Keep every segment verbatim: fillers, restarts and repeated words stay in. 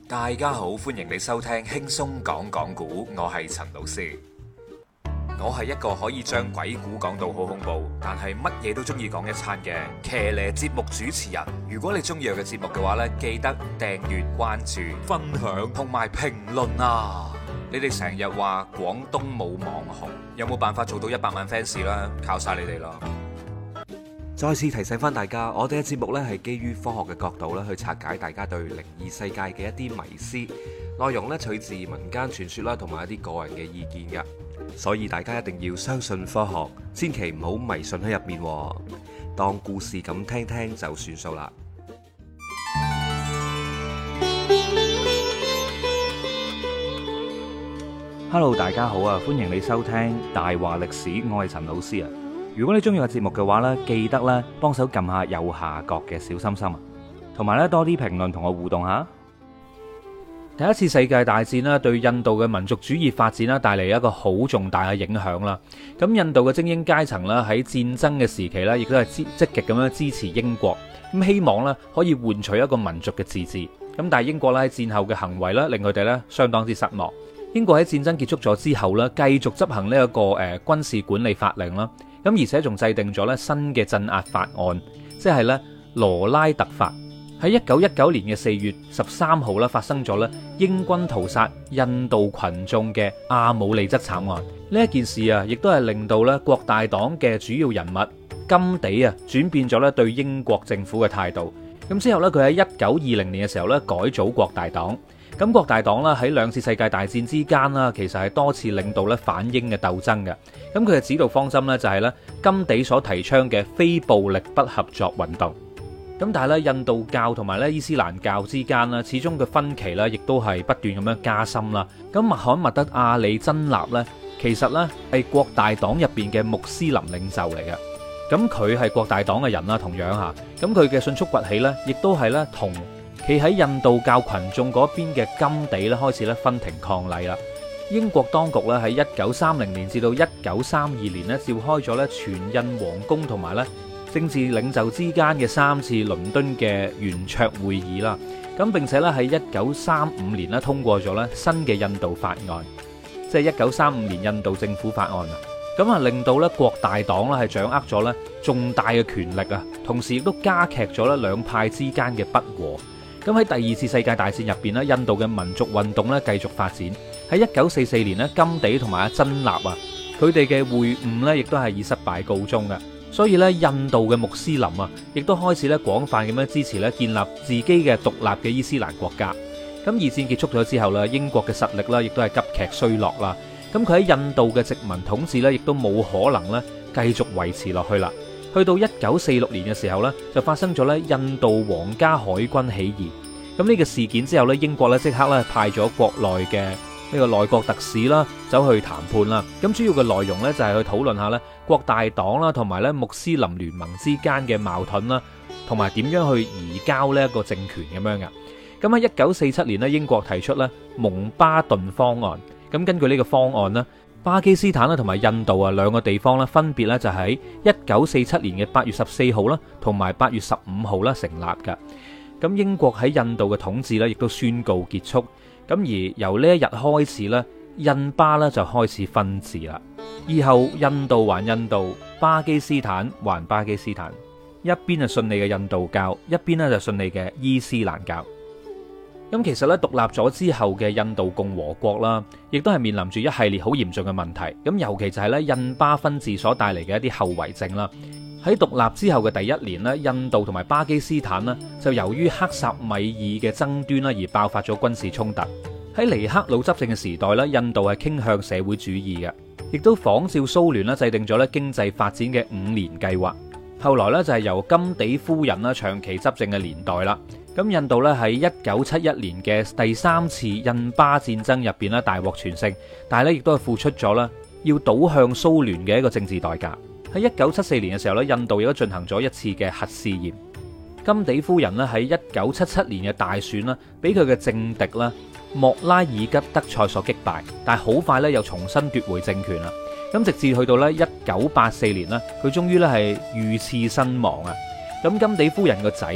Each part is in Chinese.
大家好，歡迎你收聽輕鬆講講古，我係陳老師。我係一個可以將鬼故講到好恐怖，但係乜嘢都中意講一餐嘅騎呢節目主持人。如果你中意我嘅節目嘅話呢，記得訂閱、關注、分享同埋評論啊！你哋成日話廣東冇網紅，有冇辦法做到一百萬 fans 啦？靠晒你哋啦！再次提醒翻大家，我哋嘅節目呢係基於科學嘅角度咧去拆解大家對靈異世界嘅一啲迷思，內容呢取自民間傳說啦，同埋一啲個人嘅意見嘅，所以大家一定要相信科學，千祈唔好迷信喺入面，當故事咁聽聽就算數啦。 Hello， 大家好啊，歡迎你收聽大話歷史，我係陳老師啊。如果你中意個節目嘅話呢，記得咧幫手撳下右下角嘅小心心啊，同埋咧多啲評論同我互動下。第一次世界大戰咧，對印度嘅民族主義發展咧帶嚟一個好重大嘅影響啦。咁印度嘅精英階層咧喺戰爭嘅時期咧，亦都係積積極咁樣支持英國，咁希望咧可以換取一個民族嘅自治。咁但係英國咧喺戰後嘅行為咧，令佢哋咧相當之失望。英國喺戰爭結束咗之後咧，繼續執行呢一個誒軍事管理法令啦。咁而且仲制定咗咧新嘅鎮壓法案，即係咧羅拉特法。喺一九一九年嘅四月十三號咧，發生咗咧英軍屠殺印度群眾嘅阿姆利則慘案。呢一件事啊，亦都係令到咧國大黨嘅主要人物甘地啊轉變咗咧對英國政府嘅態度。咁之後咧，佢喺一九二零年嘅時候咧改組國大黨。咁國大黨啦喺兩次世界大戰之間啦，其實係多次領導咧反英嘅鬥爭嘅。咁佢嘅指導方針咧就係咧甘地所提倡嘅非暴力不合作運動。咁但係咧印度教同埋咧伊斯蘭教之間啦，始終嘅分歧咧亦都係不斷咁樣加深啦。咁穆罕默德阿里真納咧，其實咧係國大黨入邊嘅穆斯林領袖嚟嘅。咁佢係國大黨嘅人啦，同樣吓。咁佢嘅迅速崛起咧，亦都係咧同企喺印度教群眾嗰邊嘅甘地咧開始咧分庭抗禮啦。英國當局咧喺一九三零年至到一九三二年咧召開咗咧全印皇宮同埋咧政治領袖之間嘅三次倫敦嘅圓桌會議啦。咁並且咧喺一九三五年咧通過咗咧新嘅印度法案，即係一九三五年印度政府法案啊。咁啊令到咧國大黨咧係掌握咗咧重大嘅權力啊，同時亦都加劇咗咧兩派之間嘅不和。咁喺第二次世界大戰入邊咧，印度嘅民族運動咧繼續發展。喺一九四四年咧，甘地同埋阿真納啊，佢哋嘅會晤咧，亦都係以失敗告終嘅。所以咧，印度嘅穆斯林啊，亦都開始咧廣泛咁樣支持咧建立自己嘅獨立嘅伊斯蘭國家。咁二戰結束咗之後咧，英國嘅實力咧，亦都係急劇衰落啦。咁佢喺印度嘅殖民統治咧，亦都冇可能咧繼續維持落去啦。去到一九四六年嘅時候呢，就發生咗咧印度皇家海軍起義。咁呢個事件之後呢，英國咧即刻咧派咗國內嘅呢個內閣特使啦，走去談判啦。咁主要嘅內容呢，就係去討論下咧國大黨啦，同埋咧穆斯林聯盟之間嘅矛盾啦，同埋點樣去移交呢一個政權咁樣噶。咁喺一九四七年呢，英國提出咧蒙巴頓方案。咁根據呢個方案呢，巴基斯坦啦同埋印度啊兩個地方咧，分別咧就喺一九四七年嘅八月十四號啦，同埋八月十五號啦成立㗎。咁英國喺印度嘅統治咧，亦都宣告結束。咁而由呢一日開始咧，印巴咧就開始分治啦。以後印度還印度，巴基斯坦還巴基斯坦，一邊係信你嘅印度教，一邊咧就信你嘅伊斯蘭教。咁其實咧獨立咗之後嘅印度共和國啦，亦都係面臨住一系列好嚴重嘅問題。咁尤其就係咧印巴分治所帶嚟嘅一啲後遺症啦。喺獨立之後嘅第一年咧，印度同埋巴基斯坦呢，就由於克什米爾嘅爭端啦而爆發咗軍事衝突。喺尼赫魯執政嘅時代咧，印度係傾向社會主義嘅，亦都仿照蘇聯啦制定咗咧經濟發展嘅五年計劃。後來咧就係由甘地夫人啦長期執政嘅年代啦。咁印度咧喺一九七一年嘅第三次印巴戰爭入邊咧大獲全勝，但係咧亦都係付出咗啦要倒向蘇聯嘅一個政治代價。喺一九七四年嘅時候咧，印度亦都進行咗一次嘅核試驗。甘地夫人咧喺一九七七年嘅大選啦，俾佢嘅政敵啦莫拉爾吉德賽所擊敗，但係好快咧又重新奪回政權啦。咁直至去到咧一九八四年啦，佢終於咧係遇刺身亡啊！咁甘地夫人個仔啊，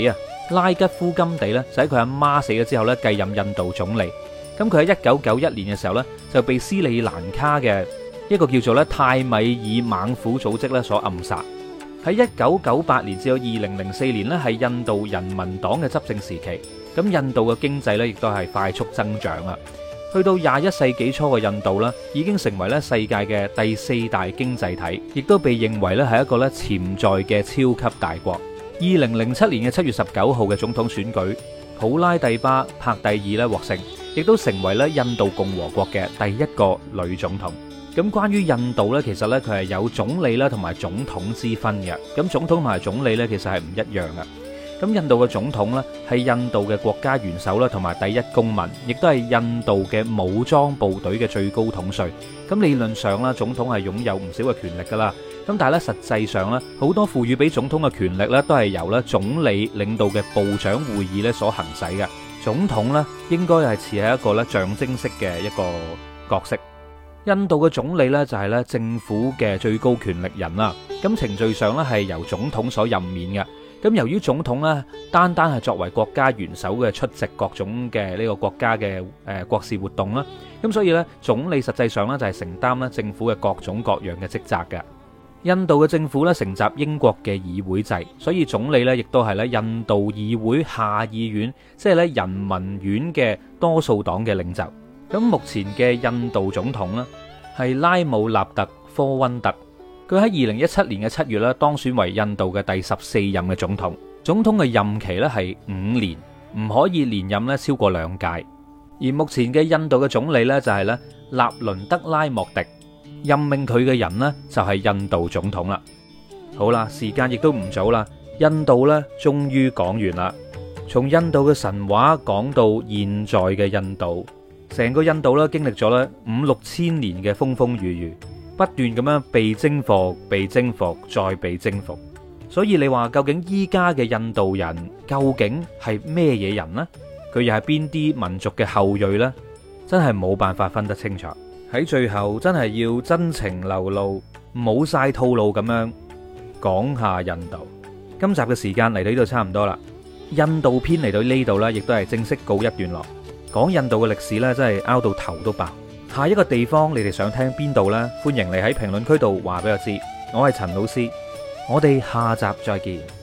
拉吉夫金地咧就喺佢阿媽死咗之後咧繼任印度總理。咁佢喺一九九一年嘅時候咧就被斯里蘭卡嘅一個叫做咧泰米爾猛虎組織咧所暗殺。喺一九九八年至到二零零四年咧係印度人民黨嘅執政時期。咁印度嘅經濟咧亦都係快速增長啦。去到廿一世紀初嘅印度啦，已經成為咧世界嘅第四大經濟體，亦都被認為咧係一個咧潛在嘅超級大國。二零零七年嘅七月十九號嘅總統選舉，普拉蒂巴帕蒂爾咧獲勝，亦都成為咧印度共和國嘅第一個女總統。咁關於印度咧，其實咧佢係有總理啦同埋總統之分嘅。咁總統同埋總理咧其實係唔一樣嘅。咁印度嘅總統咧係印度嘅國家元首啦，同埋第一公民，亦都係印度嘅武裝部隊嘅最高統帥。咁理論上啦，總統係擁有唔少嘅權力噶啦。咁但係咧實際上咧，好多賦予俾總統嘅權力咧，都係由咧總理領導嘅部長會議咧所行使嘅。總統咧應該係似係一個咧象徵式嘅一個角色。印度嘅總理咧就係咧政府嘅最高權力人啦。咁程序上咧係由總統所任免嘅。咁由於總統咧，單單係作為國家元首嘅出席各種嘅呢個國家嘅誒國事活動啦，咁所以咧總理實際上咧就係承擔咧政府嘅各種各樣嘅職責嘅。印度嘅政府咧承襲英國嘅議會制，所以總理咧亦都係咧印度議會下議院，即係咧人民院嘅多數黨嘅領袖。咁目前嘅印度總統咧係拉姆納特科溫特。佢喺二零一七年嘅七月咧當選為印度嘅第十四任嘅總統。總統嘅任期咧係五年，唔可以連任咧超過兩屆。而目前嘅印度嘅總理咧就係咧納倫德拉莫迪，任命佢嘅人呢就係印度總統啦。好啦，時間亦都唔早啦，印度咧終於講完啦。從印度嘅神話講到現在嘅印度，成個印度咧經歷咗咧五六千年嘅風風雨雨。不斷咁樣被征服、被征服、再被征服，所以你話究竟依家嘅印度人究竟係咩嘢人呢？佢又係邊啲民族嘅後裔呢？真係冇辦法分得清楚。喺最後真係要真情流露，冇晒套路咁樣講下印度。今集嘅時間嚟到呢度差唔多啦，印度篇嚟到呢度呢，亦都係正式告一段落。講印度嘅歷史呢，真係拗到頭都爆。下一個地方你哋想聽邊度呢？歡迎你喺評論區度話俾我知。我係陳老師，我哋下集再見。